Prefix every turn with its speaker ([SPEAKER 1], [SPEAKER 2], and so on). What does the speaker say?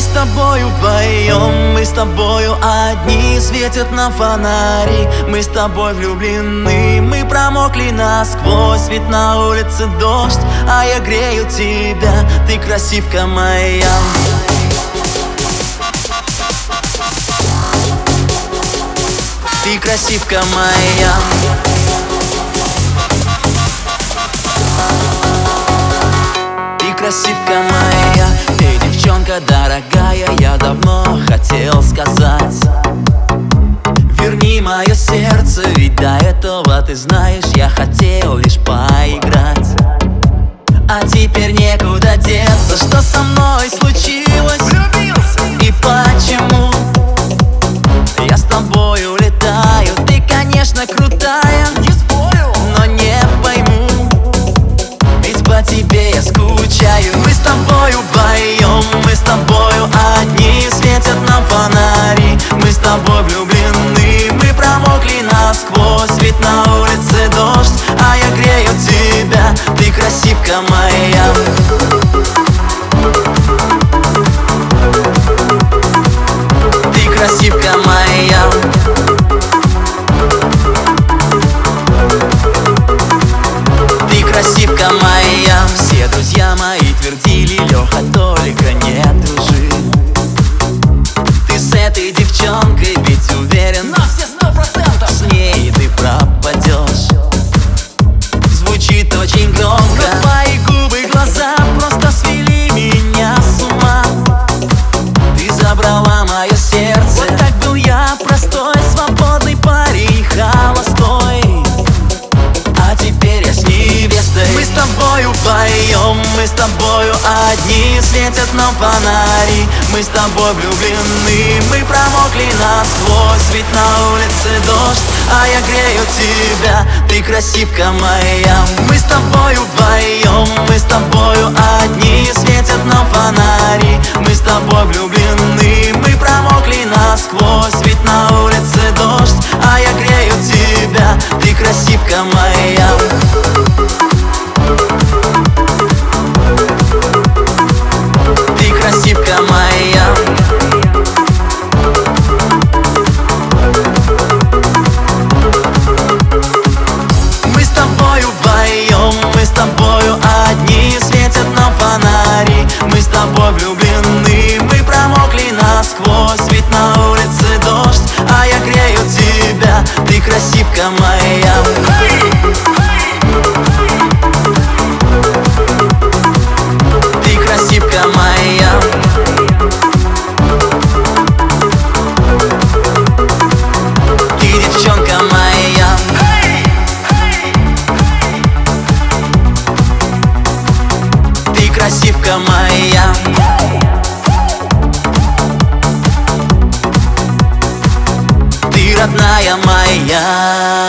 [SPEAKER 1] с тобою вдвоем, мы с тобою одни, светят нам фонари. Мы с тобой влюблены, мы промокли насквозь, ведь на улице дождь, а я грею тебя, ты красивка моя. Ты красивка моя. Ты красивка моя. Эй, девчонка дорогая, я давно хотел сказать: верни мое сердце, ведь до этого, ты знаешь, я хотел лишь поиграть. А теперь некуда деться, что со мной случилось? Влюбился. И почему я с тобой улетаю? Ты, конечно, крутая, не спорю, но не пойму, ведь по тебе я скучаю. Мы с тобою вдвоем, мы с тобою одни, светят нам фонари. Мы с тобой влюблены, мы промокли насквозь, ведь на улице дождь, а я грею тебя, ты красивка моя. Ты красивка моя. Ты красивка моя. Все друзья мои твердили: Леха, только не дружи ты с этой девчонкой, ведь уверен, на все 100% с ней ты пропадешь. Звучит очень громко, но твои губы, глаза просто свели меня с ума. Ты забрала мое сердце. Вот так был я, простой, свободный парень, холостой, а теперь я с невестой. Мы с тобою вдвоем, мы с тобою одни, светят нам фонари. Мы с тобой влюблены, мы промокли насквозь, ведь на улице дождь, а я грею тебя, ты красивка моя. Мы с тобою вдвоем, мы с тобою одни, светят нам фонари. Мы с тобой влюблены, мы промокли насквозь, ведь на улице дождь, а я грею тебя, ты красивка моя. Ты красивка моя. Мы с тобою вдвоем, мы с тобою одни, светят нам фонари. Мы с тобой влюблены, мы промокли насквозь, ведь на улице дождь, а я грею тебя, ты красивка моя. Ты красивка моя. Ты девчонка моя. Ты красивка моя. Ты родная моя.